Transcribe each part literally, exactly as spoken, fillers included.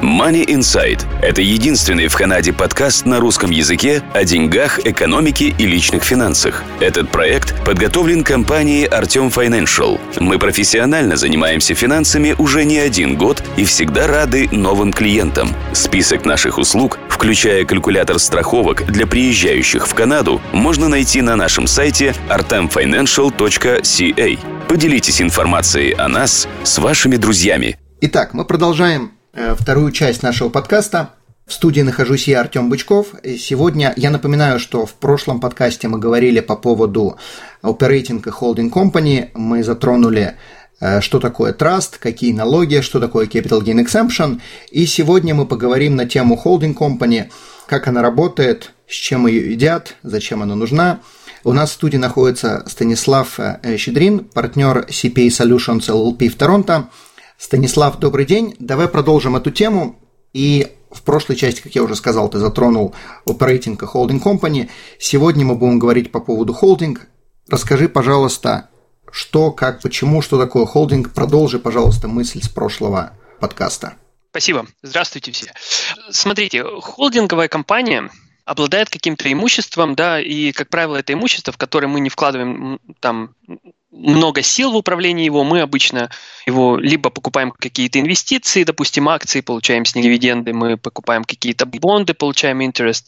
Money Insight – это единственный в Канаде подкаст на русском языке о деньгах, экономике и личных финансах. Этот проект подготовлен компанией Artem Financial. Мы профессионально занимаемся финансами уже не один год и всегда рады новым клиентам. Список наших услуг, включая калькулятор страховок для приезжающих в Канаду, можно найти на нашем сайте artem financial точка си эй. Поделитесь информацией о нас с вашими друзьями. Итак, мы продолжаем э, вторую часть нашего подкаста. В студии нахожусь я, Артем Бычков. Сегодня я напоминаю, что в прошлом подкасте мы говорили по поводу Operating и Holding Company. Мы затронули, э, что такое Trust, какие налоги, что такое Capital Gain Exemption. И сегодня мы поговорим на тему Holding Company, как она работает, с чем ее едят, зачем она нужна. У нас в студии находится Станислав Щедрин, партнер си пи эй Solutions эл эл пи в Торонто. Станислав, добрый день. Давай продолжим эту тему. И в прошлой части, как я уже сказал, ты затронул Operating и Holding Company. Сегодня мы будем говорить по поводу Holding. Расскажи, пожалуйста, что, как, почему, что такое Holding. Продолжи, пожалуйста, мысль с прошлого подкаста. Спасибо. Здравствуйте все. Смотрите, холдинговая компания обладает каким-то имуществом, да, и, как правило, это имущество, в которое мы не вкладываем там много сил в управлении его, мы обычно его либо покупаем какие-то инвестиции, допустим, акции, получаем с них дивиденды, мы покупаем какие-то бонды, получаем интерес,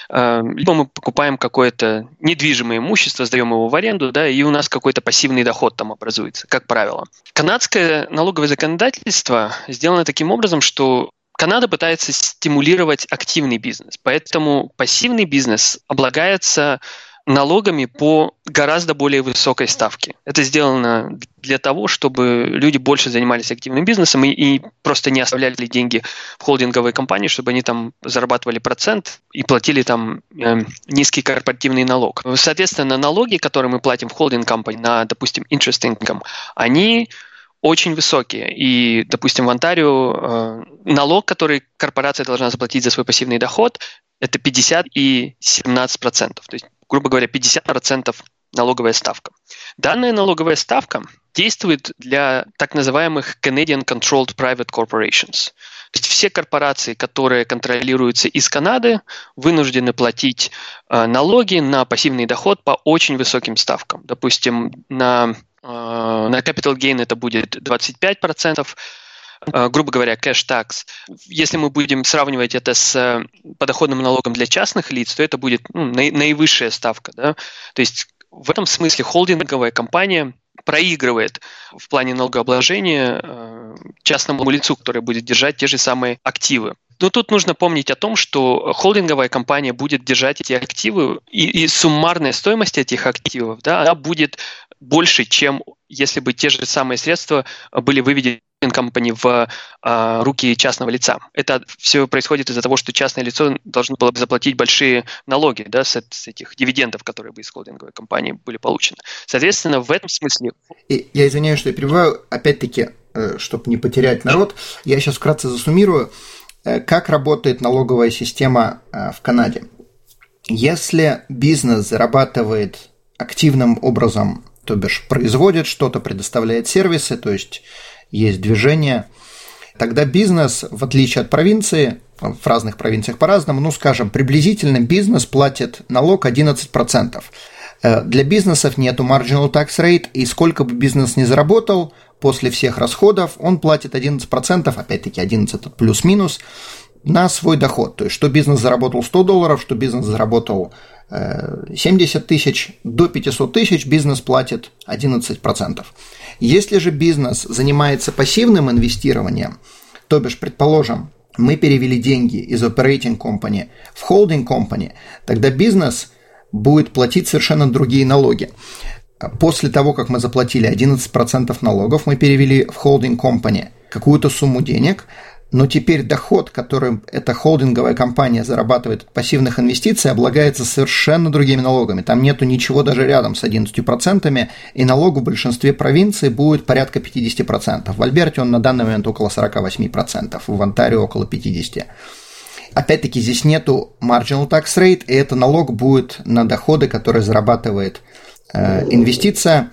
либо мы покупаем какое-то недвижимое имущество, сдаем его в аренду, да, и у нас какой-то пассивный доход там образуется, как правило. Канадское налоговое законодательство сделано таким образом, что Канада пытается стимулировать активный бизнес, поэтому пассивный бизнес облагается налогами по гораздо более высокой ставке. Это сделано для того, чтобы люди больше занимались активным бизнесом и, и просто не оставляли деньги в холдинговой компании, чтобы они там зарабатывали процент и платили там э, низкий корпоративный налог. Соответственно, налоги, которые мы платим в холдинг-компании на, допустим, interest income, они очень высокие. И, допустим, в Онтарио э, налог, который корпорация должна заплатить за свой пассивный доход, это пятьдесят и семнадцать процентов. То есть, грубо говоря, пятьдесят процентов налоговая ставка. Данная налоговая ставка действует для так называемых Canadian Controlled Private Corporations. То есть все корпорации, которые контролируются из Канады, вынуждены платить э, налоги на пассивный доход по очень высоким ставкам. Допустим, на, э, на Capital Gain это будет двадцать пять процентов, грубо говоря, кэш-такс. Если мы будем сравнивать это с подоходным налогом для частных лиц, то это будет ну, наивысшая ставка. Да? То есть в этом смысле холдинговая компания проигрывает в плане налогообложения частному лицу, которое будет держать те же самые активы. Но тут нужно помнить о том, что холдинговая компания будет держать эти активы, и, и суммарная стоимость этих активов, да, она будет больше, чем если бы те же самые средства были выведены компании в а, руки частного лица. Это все происходит из-за того, что частное лицо должно было бы заплатить большие налоги, да, с, с этих дивидендов, которые бы из холдинговой компании были получены. Соответственно, в этом смысле... И, я извиняюсь, что я перебиваю. Опять-таки, чтобы не потерять народ, я сейчас вкратце засуммирую, как работает налоговая система в Канаде. Если бизнес зарабатывает активным образом, то бишь производит что-то, предоставляет сервисы, то есть есть движение, тогда бизнес, в отличие от провинции, в разных провинциях по-разному, ну, скажем, приблизительно бизнес платит налог одиннадцать процентов. Для бизнесов нету marginal tax rate, и сколько бы бизнес ни заработал, после всех расходов он платит одиннадцать процентов, опять-таки одиннадцать плюс-минус, на свой доход. То есть, что бизнес заработал сто долларов, что бизнес заработал семьдесят тысяч, до пятьсот тысяч бизнес платит одиннадцать процентов. Если же бизнес занимается пассивным инвестированием, то бишь, предположим, мы перевели деньги из Operating Company в Holding Company, тогда бизнес будет платить совершенно другие налоги. После того, как мы заплатили одиннадцать процентов налогов, мы перевели в Holding Company какую-то сумму денег, но теперь доход, который эта холдинговая компания зарабатывает от пассивных инвестиций, облагается совершенно другими налогами. Там нету ничего даже рядом с одиннадцатью процентами, и налог в большинстве провинций будет порядка пятьдесят процентов. В Альберте он на данный момент около сорок восемь процентов, в Онтарио около пятьдесят процентов. Опять-таки здесь нету marginal tax rate, и это налог будет на доходы, которые зарабатывает э, инвестиция.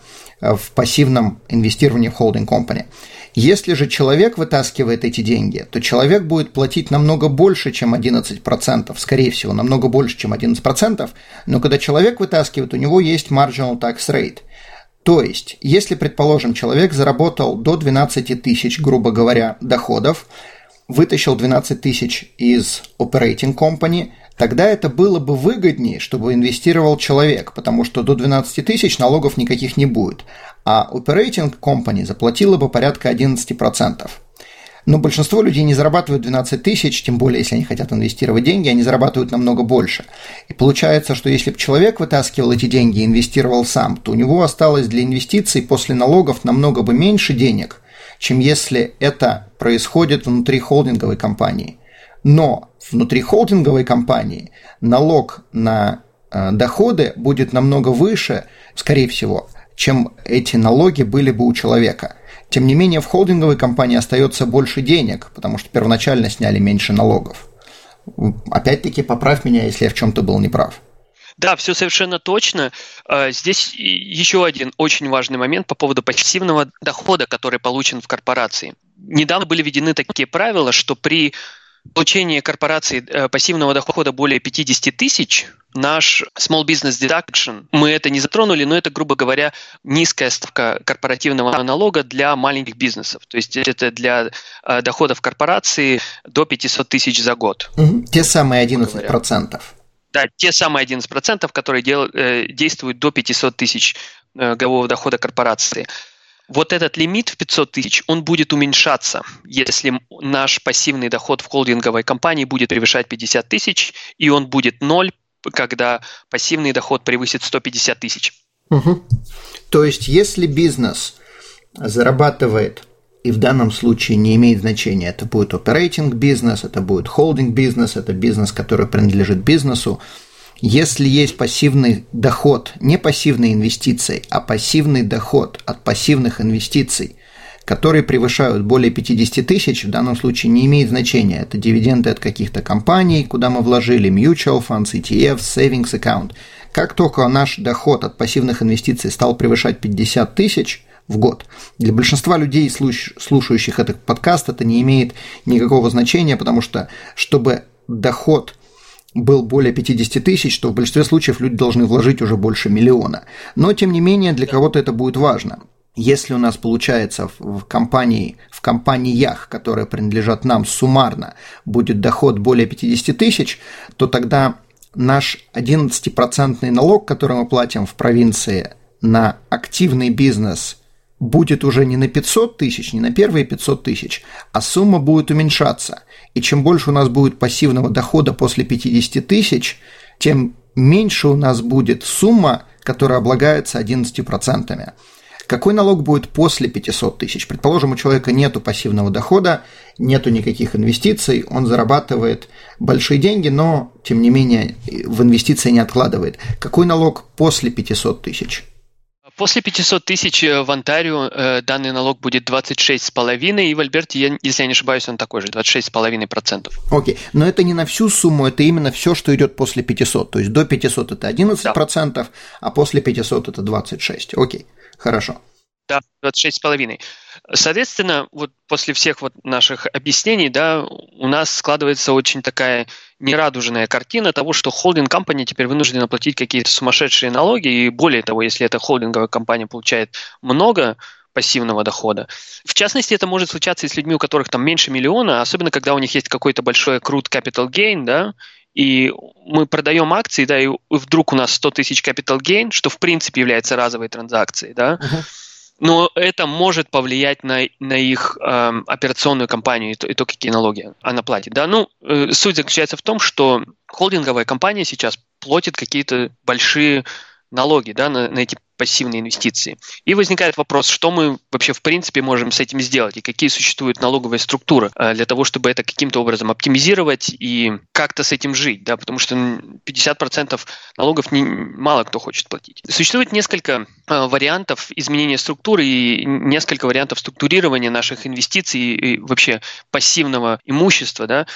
в пассивном инвестировании в холдинг компани. Если же человек вытаскивает эти деньги, то человек будет платить намного больше, чем одиннадцать процентов, скорее всего, намного больше, чем одиннадцать процентов, но когда человек вытаскивает, у него есть marginal tax rate. То есть, если, предположим, человек заработал до двенадцать тысяч, грубо говоря, доходов, вытащил двенадцать тысяч из operating company, тогда это было бы выгоднее, чтобы инвестировал человек, потому что до двенадцати тысяч налогов никаких не будет, а operating company заплатила бы порядка одиннадцать процентов. Но большинство людей не зарабатывают двенадцать тысяч, тем более, если они хотят инвестировать деньги, они зарабатывают намного больше. И получается, что если бы человек вытаскивал эти деньги и инвестировал сам, то у него осталось для инвестиций после налогов намного бы меньше денег, чем если это происходит внутри холдинговой компании. Но внутри холдинговой компании налог на э, доходы будет намного выше, скорее всего, чем эти налоги были бы у человека. Тем не менее, в холдинговой компании остается больше денег, потому что первоначально сняли меньше налогов. Опять-таки, поправь меня, если я в чем-то был неправ. Да, все совершенно точно. Здесь еще один очень важный момент по поводу пассивного дохода, который получен в корпорации. Недавно были введены такие правила, что при получении корпорации пассивного дохода более пятьдесят тысяч, наш Small Business Deduction, мы это не затронули, но это, грубо говоря, низкая ставка корпоративного налога для маленьких бизнесов. То есть это для доходов корпорации до пятьсот тысяч за год. Угу. Те самые одиннадцать процентов. Да, те самые одиннадцать процентов, которые дел, э, действуют до пятьсот тысяч э, годового дохода корпорации. Вот этот лимит в пятьсот тысяч, он будет уменьшаться, если наш пассивный доход в холдинговой компании будет превышать пятьдесят тысяч, и он будет ноль, когда пассивный доход превысит сто пятьдесят тысяч. Угу. То есть, если бизнес зарабатывает, и в данном случае не имеет значения, это будет operating бизнес, это будет holding бизнес, это бизнес, который принадлежит бизнесу, если есть пассивный доход, не пассивные инвестиции, а пассивный доход от пассивных инвестиций, которые превышают более пятьдесят тысяч, в данном случае не имеет значения. Это дивиденды от каких-то компаний, куда мы вложили, mutual funds, и ти эф, savings account. Как только наш доход от пассивных инвестиций стал превышать пятьдесят тысяч в год, для большинства людей, слушающих этот подкаст, это не имеет никакого значения, потому что, чтобы доход был более пятьдесят тысяч, то в большинстве случаев люди должны вложить уже больше миллиона. Но, тем не менее, для кого-то это будет важно. Если у нас получается в компании, в компаниях, которые принадлежат нам суммарно, будет доход более пятьдесят тысяч, то тогда наш одиннадцатипроцентный налог, который мы платим в провинции на активный бизнес, будет уже не на пятьсот тысяч, не на первые пятьсот тысяч, а сумма будет уменьшаться. И чем больше у нас будет пассивного дохода после пятьдесят тысяч, тем меньше у нас будет сумма, которая облагается одиннадцатью процентами. Какой налог будет после пятисот тысяч? Предположим, у человека нету пассивного дохода, нету никаких инвестиций, он зарабатывает большие деньги, но, тем не менее, в инвестиции не откладывает. Какой налог после пятисот тысяч? После пятисот тысяч в Онтарио э, данный налог будет двадцать шесть целых пять десятых, и в Альберте, я, если я не ошибаюсь, он такой же, двадцать шесть целых пять десятых процента. Окей, но это не на всю сумму, это именно все, что идет после пятисот. То есть до пятисот это одиннадцать процентов, да. А после пятисот это двадцать шесть. Окей, хорошо. Да, двадцать шесть целых пять десятых. Соответственно, вот после всех вот наших объяснений, да, у нас складывается очень такая нерадужная картина того, что холдинг-компания теперь вынуждена платить какие-то сумасшедшие налоги, и более того, если эта холдинговая компания получает много пассивного дохода. В частности, это может случаться и с людьми, у которых там меньше миллиона, особенно когда у них есть какой-то большой accrued capital gain, да, и мы продаем акции, да, и вдруг у нас сто тысяч capital gain, что в принципе является разовой транзакцией, да, uh-huh. Но это может повлиять на, на их э, операционную компанию и то, и то, какие налоги она платит. Да? Ну, э, суть заключается в том, что холдинговая компания сейчас платит какие-то большие налоги, да, на, на эти пассивные инвестиции. И возникает вопрос, что мы вообще в принципе можем с этим сделать и какие существуют налоговые структуры для того, чтобы это каким-то образом оптимизировать и как-то с этим жить, да, потому что пятьдесят процентов налогов не, мало кто хочет платить. Существует несколько э, вариантов изменения структуры и несколько вариантов структурирования наших инвестиций и вообще пассивного имущества, да,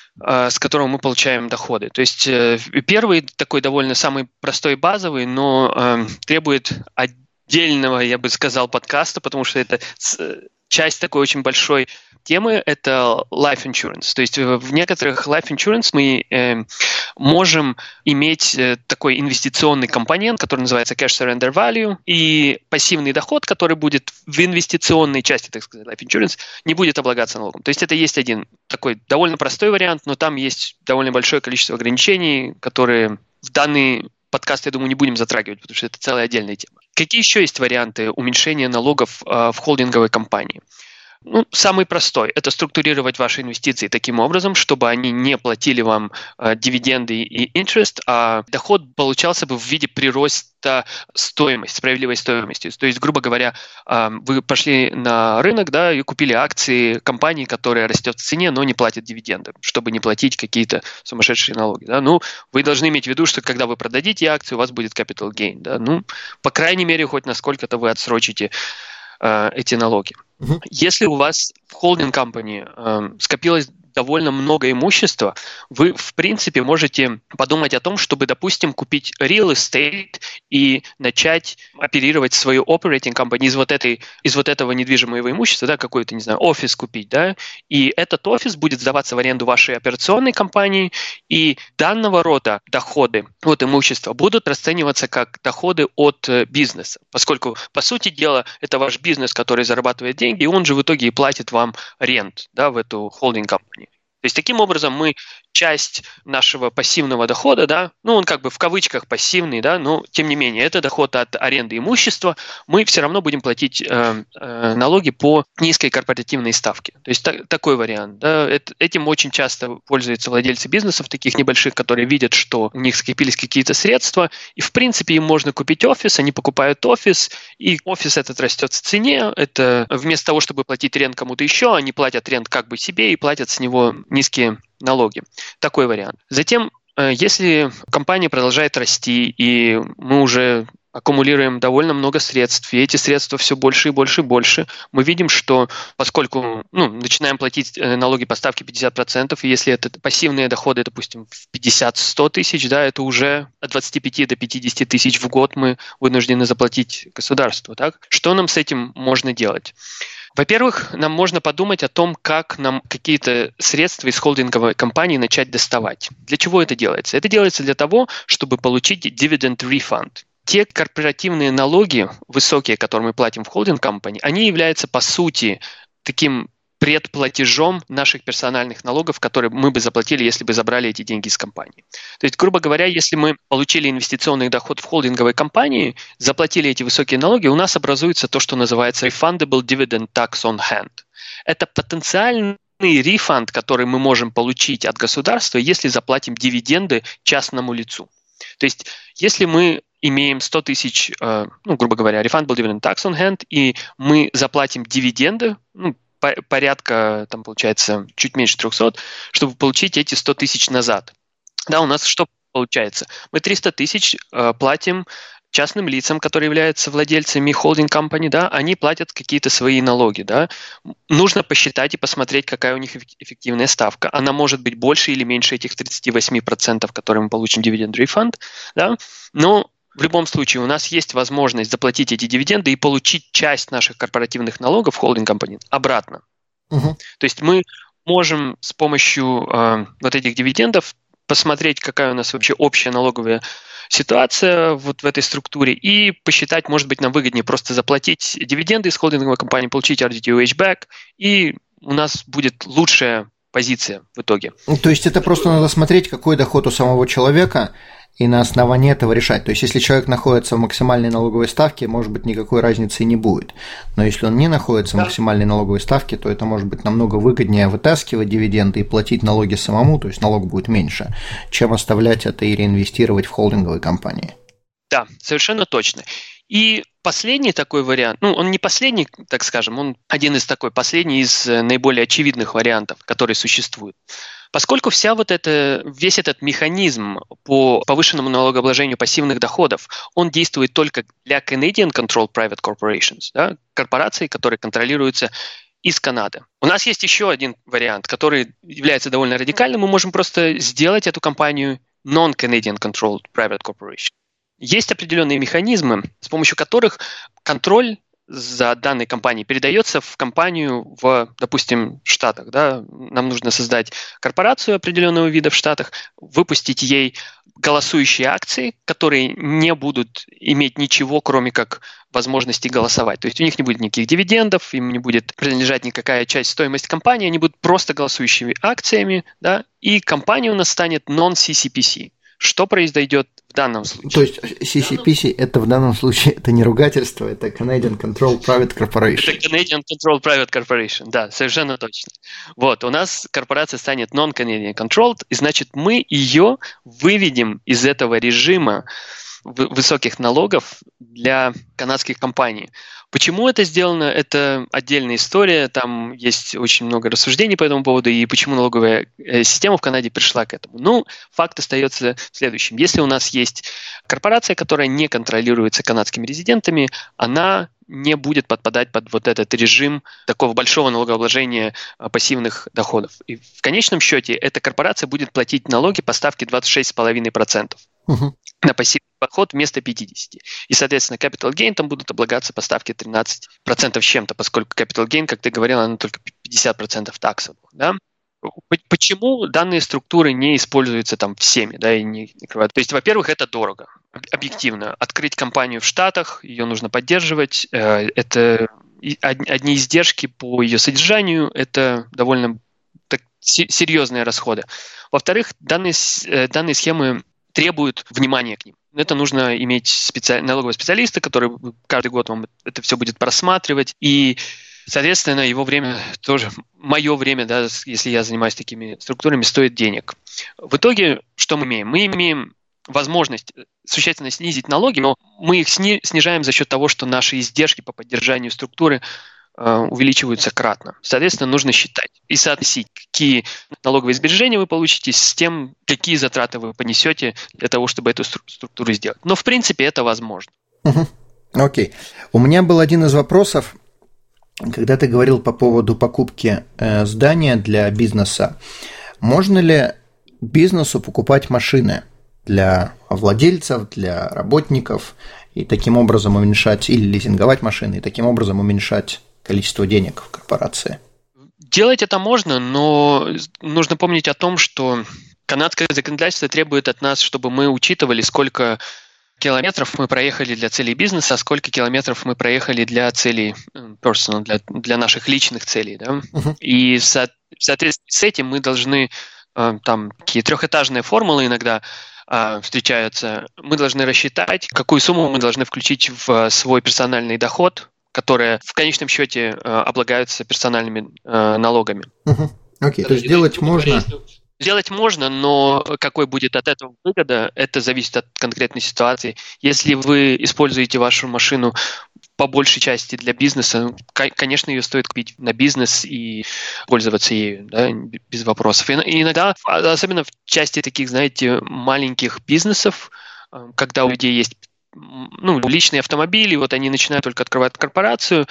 с которого мы получаем доходы. То есть первый такой довольно самый простой базовый, но э, требует отдельного, я бы сказал, подкаста, потому что это часть такой очень большой темы, это life insurance. То есть в некоторых life insurance мы э, можем иметь э, такой инвестиционный компонент, который называется cash surrender value, и пассивный доход, который будет в инвестиционной части, так сказать, life insurance, не будет облагаться налогом. То есть это есть один такой довольно простой вариант, но там есть довольно большое количество ограничений, которые в данный подкаст, я думаю, не будем затрагивать, потому что это целая отдельная тема. Какие еще есть варианты уменьшения налогов э, в холдинговой компании? Ну, самый простой – это структурировать ваши инвестиции таким образом, чтобы они не платили вам э, дивиденды и interest, а доход получался бы в виде прироста стоимости, справедливой стоимости. То есть, грубо говоря, э, вы пошли на рынок, да, и купили акции компании, которая растет в цене, но не платит дивиденды, чтобы не платить какие-то сумасшедшие налоги. Да. Ну, вы должны иметь в виду, что когда вы продадите акцию, у вас будет capital gain. Да. Ну, по крайней мере, хоть насколько-то вы отсрочите э, эти налоги. Uh-huh. Если у вас в холдинг-компании э, скопилось довольно много имущества, вы, в принципе, можете подумать о том, чтобы, допустим, купить real estate и начать оперировать свою operating company из вот, этой, из вот этого недвижимого имущества, да, какой-то, не знаю, офис купить, да, и этот офис будет сдаваться в аренду вашей операционной компании, и данного рода доходы от имущества будут расцениваться как доходы от э, бизнеса, поскольку, по сути дела, это ваш бизнес, который зарабатывает деньги, и он же в итоге и платит вам рент, да, в эту холдинг-компанию. То есть таким образом мы часть нашего пассивного дохода, да, ну он как бы в кавычках пассивный, да, но тем не менее это доход от аренды имущества, мы все равно будем платить э, э, налоги по низкой корпоративной ставке. То есть та, такой вариант. Да, это, этим очень часто пользуются владельцы бизнесов таких небольших, которые видят, что у них скопились какие-то средства, и в принципе им можно купить офис, они покупают офис, и офис этот растет в цене, это вместо того, чтобы платить рент кому-то еще, они платят рент как бы себе и платят с него низкие налоги. Такой вариант. Затем, если компания продолжает расти, и мы уже аккумулируем довольно много средств, и эти средства все больше и больше и больше, мы видим, что поскольку ну, начинаем платить налоги по ставке пятьдесят процентов, и если это пассивные доходы, допустим, в пятьдесят-сто тысяч, да, это уже от двадцати пяти до пятидесяти тысяч в год мы вынуждены заплатить государству. Так? Что нам с этим можно делать? Во-первых, нам можно подумать о том, как нам какие-то средства из холдинговой компании начать доставать. Для чего это делается? Это делается для того, чтобы получить dividend refund. Те корпоративные налоги высокие, которые мы платим в холдинг-компании, они являются, по сути, таким предплатежом наших персональных налогов, которые мы бы заплатили, если бы забрали эти деньги из компании. То есть, грубо говоря, если мы получили инвестиционный доход в холдинговой компании, заплатили эти высокие налоги, у нас образуется то, что называется refundable dividend tax on hand. Это потенциальный рефанд, который мы можем получить от государства, если заплатим дивиденды частному лицу. То есть, если мы имеем сто тысяч, ну, грубо говоря, refundable dividend tax on hand, и мы заплатим дивиденды, ну, порядка, там, получается, чуть меньше трехсот, чтобы получить эти сто тысяч назад. Да, у нас что получается? Мы триста тысяч э, платим частным лицам, которые являются владельцами холдинг-компании, да, они платят какие-то свои налоги, да. Нужно посчитать и посмотреть, какая у них эффективная ставка. Она может быть больше или меньше этих тридцати восьми процентов, которые мы получим dividend-refund, да, но в любом случае у нас есть возможность заплатить эти дивиденды и получить часть наших корпоративных налогов в холдинг-компании обратно. Uh-huh. То есть мы можем с помощью э, вот этих дивидендов посмотреть, какая у нас вообще общая налоговая ситуация вот в этой структуре и посчитать, может быть, нам выгоднее просто заплатить дивиденды из холдинговой компании, получить ар ди ти ю эйч back, и у нас будет лучшая позиция в итоге. То есть это просто надо смотреть, какой доход у самого человека, и на основании этого решать. То есть, если человек находится в максимальной налоговой ставке, может быть, никакой разницы и не будет. Но если он не находится да. в максимальной налоговой ставке, то это может быть намного выгоднее вытаскивать дивиденды и платить налоги самому, то есть налог будет меньше, чем оставлять это и реинвестировать в холдинговые компании. Да, совершенно точно. И последний такой вариант, ну, он не последний, так скажем, он один из такой, последний из наиболее очевидных вариантов, которые существуют. Поскольку вся вот эта, весь этот механизм по повышенному налогообложению пассивных доходов, он действует только для Canadian Controlled Private Corporations, да, корпораций, которые контролируются из Канады. У нас есть еще один вариант, который является довольно радикальным. Мы можем просто сделать эту компанию non-Canadian Controlled Private Corporation. есть определенные механизмы, с помощью которых контроль за данной компанией передается в компанию в, допустим, Штатах. Да? Нам нужно создать корпорацию определенного вида в Штатах, выпустить ей голосующие акции, которые не будут иметь ничего, кроме как возможности голосовать. То есть у них не будет никаких дивидендов, им не будет принадлежать никакая часть стоимости компании, они будут просто голосующими акциями, да? И компания у нас станет non-си си пи си. Что произойдет в данном случае? То есть си си пи си это в данном случае это не ругательство, это Canadian Controlled Private Corporation. Это Canadian Controlled Private Corporation, да, совершенно точно. Вот, у нас корпорация станет non-Canadian Controlled, и значит мы ее выведем из этого режима высоких налогов для канадских компаний. Почему это сделано, это отдельная история, там есть очень много рассуждений по этому поводу, и почему налоговая система в Канаде пришла к этому. Ну, факт остается следующим. Если у нас есть корпорация, которая не контролируется канадскими резидентами, она не будет подпадать под вот этот режим такого большого налогообложения пассивных доходов. И в конечном счете эта корпорация будет платить налоги по ставке двадцать шесть целых пять десятых процента uh-huh. на пассивный доход вместо пятьдесят процентов. И, соответственно, capital gain там будут облагаться по ставке тринадцать процентов с чем-то, поскольку capital gain, как ты говорил, она только пятьдесят процентов таксов. Да? Почему данные структуры не используются там всеми, да, и не открывают? То есть, во-первых, это дорого, объективно. Открыть компанию в Штатах, ее нужно поддерживать, это одни издержки по ее содержанию, это довольно так, серьезные расходы. Во-вторых, данные, данные схемы требуют внимания к ним. Это нужно иметь специ... налогового специалиста, который каждый год вам это все будет просматривать, и соответственно, его время тоже, мое время, да, если я занимаюсь такими структурами, стоит денег. В итоге, что мы имеем? Мы имеем возможность существенно снизить налоги, но мы их сни- снижаем за счет того, что наши издержки по поддержанию структуры э, увеличиваются кратно. Соответственно, нужно считать и соотносить, какие налоговые сбережения вы получите с тем, какие затраты вы понесете для того, чтобы эту стру- структуру сделать. Но, в принципе, это возможно. Угу. Окей. У меня был один из вопросов. Когда ты говорил по поводу покупки э, здания для бизнеса, можно ли бизнесу покупать машины для владельцев, для работников и таким образом уменьшать, или лизинговать машины, и таким образом уменьшать количество денег в корпорации? Делать это можно, но нужно помнить о том, что канадское законодательство требует от нас, чтобы мы учитывали, сколько километров мы проехали для целей бизнеса, а сколько километров мы проехали для целей personal, для, для наших личных целей. Да? Uh-huh. И в соответствии с этим мы должны, там такие трехэтажные формулы иногда встречаются, мы должны рассчитать, какую сумму мы должны включить в свой персональный доход, которые в конечном счете облагаются персональными налогами. Uh-huh. Окей, okay, то есть делать можно... Сделать можно, но какой будет от этого выгода, это зависит от конкретной ситуации. Если вы используете вашу машину по большей части для бизнеса, конечно, ее стоит купить на бизнес и пользоваться ею, да, без вопросов. И иногда, особенно в части таких, знаете, маленьких бизнесов, когда у людей есть, ну, личные автомобили, вот они начинают только открывать корпорацию,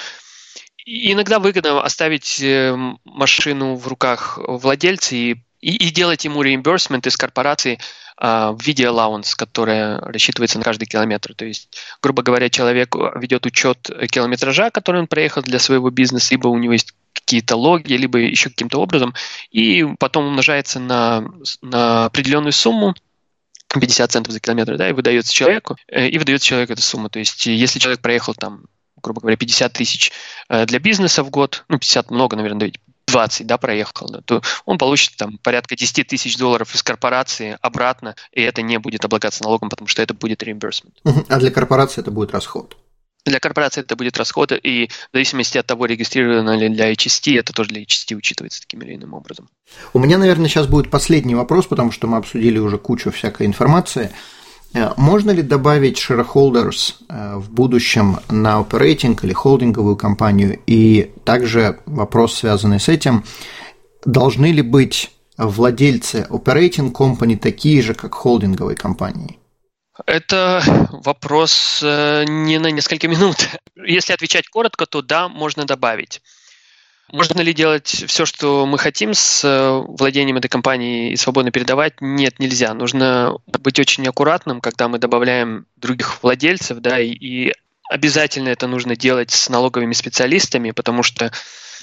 и иногда выгодно оставить машину в руках владельца и И, и делать ему reimbursement из корпорации а, в виде allowance, которая рассчитывается на каждый километр. То есть, грубо говоря, человек ведет учет километража, который он проехал для своего бизнеса, либо у него есть какие-то логи, либо еще каким-то образом, и потом умножается на, на определенную сумму, пятьдесят центов за километр, да, и выдается человеку, и выдается человеку эту сумму. То есть, если человек проехал там, грубо говоря, пятьдесят тысяч для бизнеса в год, ну, пятьдесят много, наверное, давайте, двадцать, да, проехал, да, то он получит там порядка десять тысяч долларов из корпорации обратно, и это не будет облагаться налогом, потому что это будет reimbursement. А для корпорации это будет расход? Для корпорации это будет расход, и в зависимости от того, регистрировано ли для эйч эс ти, это тоже для эйч эс ти учитывается таким или иным образом. У меня, наверное, сейчас будет последний вопрос, потому что мы обсудили уже кучу всякой информации. Можно ли добавить shareholders в будущем на operating или холдинговую компанию? И также вопрос, связанный с этим, должны ли быть владельцы operating company такие же, как холдинговой компании? Это вопрос не на несколько минут. Если отвечать коротко, то да, можно добавить. Можно ли делать все, что мы хотим с владением этой компанией и свободно передавать? Нет, нельзя. Нужно быть очень аккуратным, когда мы добавляем других владельцев, да, и, и обязательно это нужно делать с налоговыми специалистами, потому что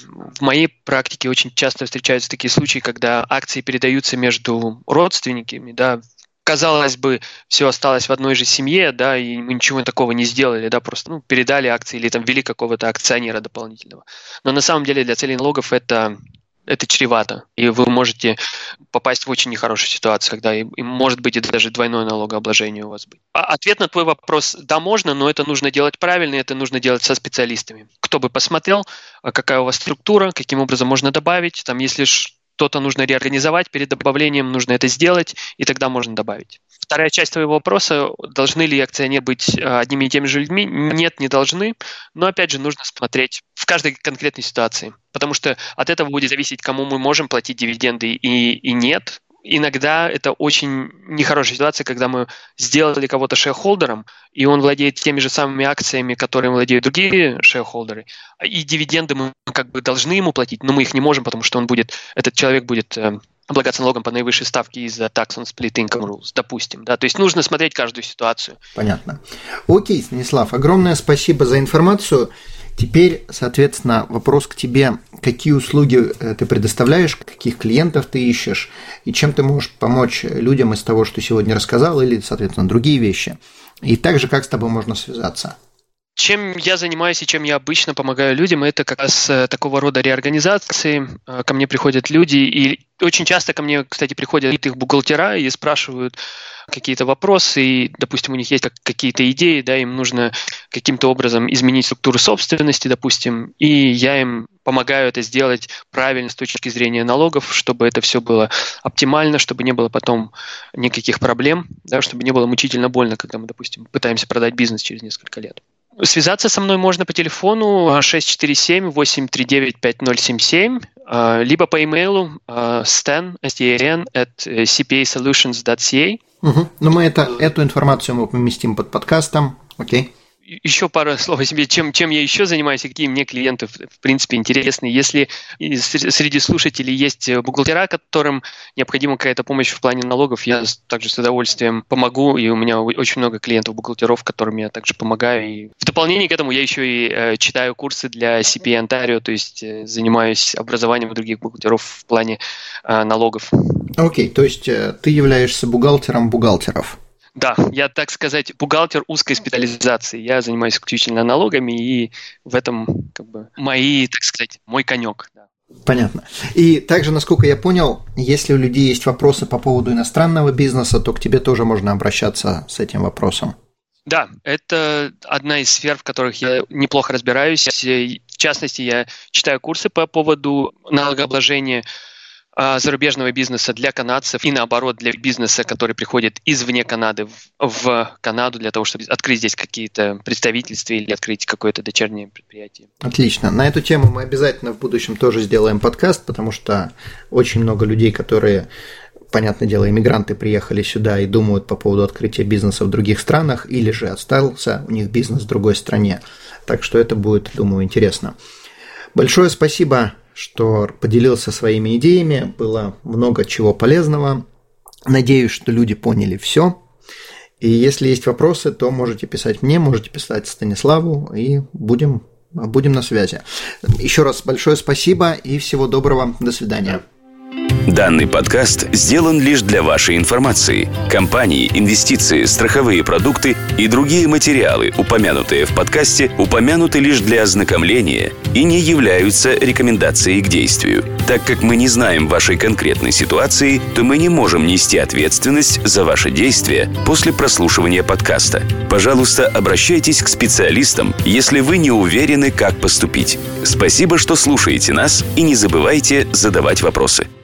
в моей практике очень часто встречаются такие случаи, когда акции передаются между родственниками, да. Казалось бы, все осталось в одной же семье, да, и мы ничего такого не сделали, да, просто ну, передали акции или там ввели какого-то акционера дополнительного. Но на самом деле для целей налогов это, это чревато, и вы можете попасть в очень нехорошую ситуацию, когда и, и может быть и даже двойное налогообложение у вас быть. А ответ на твой вопрос – да, можно, но это нужно делать правильно, и это нужно делать со специалистами. Кто бы посмотрел, какая у вас структура, каким образом можно добавить, там, если что-то нужно реорганизовать, перед добавлением нужно это сделать, и тогда можно добавить. Вторая часть твоего вопроса, должны ли акционеры быть одними и теми же людьми? Нет, не должны, но опять же нужно смотреть в каждой конкретной ситуации, потому что от этого будет зависеть, кому мы можем платить дивиденды и, и нет. Иногда это очень нехорошая ситуация, когда мы сделали кого-то шерхолдером, и он владеет теми же самыми акциями, которыми владеют другие шерхолдеры, и дивиденды мы как бы должны ему платить, но мы их не можем, потому что он будет, этот человек будет э, облагаться налогом по наивысшей ставке из-за tax on split income rules, допустим. Да? То есть нужно смотреть каждую ситуацию. Понятно. Окей, Станислав, огромное спасибо за информацию. Теперь, соответственно, вопрос к тебе. Какие услуги ты предоставляешь, каких клиентов ты ищешь, и чем ты можешь помочь людям из того, что сегодня рассказал, или, соответственно, другие вещи. И также, как с тобой можно связаться. Чем я занимаюсь и чем я обычно помогаю людям, это как раз такого рода реорганизации. Ко мне приходят люди, и очень часто ко мне, кстати, приходят их бухгалтера и спрашивают какие-то вопросы, и, допустим, у них есть какие-то идеи, да, им нужно каким-то образом изменить структуру собственности, допустим, и я им помогаю это сделать правильно с точки зрения налогов, чтобы это все было оптимально, чтобы не было потом никаких проблем, да, чтобы не было мучительно больно, когда мы, допустим, пытаемся продать бизнес через несколько лет. Связаться со мной можно по телефону шесть четыре семь восемь три девять пять ноль семь семь, либо по имейлу stan, S-T-A-N, at си пи эй solutions dot c a. Угу. Но мы это, эту информацию мы поместим под подкастом. Окей. Еще пару слов о себе, чем, чем я еще занимаюсь и какие мне клиенты, в принципе, интересны. Если среди слушателей есть бухгалтера, которым необходима какая-то помощь в плане налогов, я также с удовольствием помогу, и у меня очень много клиентов-бухгалтеров, которым я также помогаю. И в дополнение к этому я еще и э, читаю курсы для си пи эй Ontario, то есть э, занимаюсь образованием других бухгалтеров в плане э, налогов. Окей, okay, то есть э, ты являешься бухгалтером бухгалтеров? Да, я, так сказать, бухгалтер узкой специализации. Я занимаюсь исключительно налогами, и в этом как бы мои, так сказать, мой конек. Да. Понятно. И также, насколько я понял, если у людей есть вопросы по поводу иностранного бизнеса, то к тебе тоже можно обращаться с этим вопросом. Да, это одна из сфер, в которых я неплохо разбираюсь. В частности, я читаю курсы по поводу налогообложения зарубежного бизнеса для канадцев и наоборот для бизнеса, который приходит извне Канады в, в Канаду для того, чтобы открыть здесь какие-то представительства или открыть какое-то дочернее предприятие. Отлично. На эту тему мы обязательно в будущем тоже сделаем подкаст, потому что очень много людей, которые, понятное дело, иммигранты приехали сюда и думают по поводу открытия бизнеса в других странах, или же остался у них бизнес в другой стране. Так что это будет, думаю, интересно. Большое спасибо, что поделился своими идеями, было много чего полезного. Надеюсь, что люди поняли все. И если есть вопросы, то можете писать мне, можете писать Станиславу, и будем, будем на связи. Еще раз большое спасибо и всего доброго. До свидания. Данный подкаст сделан лишь для вашей информации. Компании, инвестиции, страховые продукты и другие материалы, упомянутые в подкасте, упомянуты лишь для ознакомления и не являются рекомендацией к действию. Так как мы не знаем вашей конкретной ситуации, то мы не можем нести ответственность за ваши действия после прослушивания подкаста. Пожалуйста, обращайтесь к специалистам, если вы не уверены, как поступить. Спасибо, что слушаете нас, и не забывайте задавать вопросы.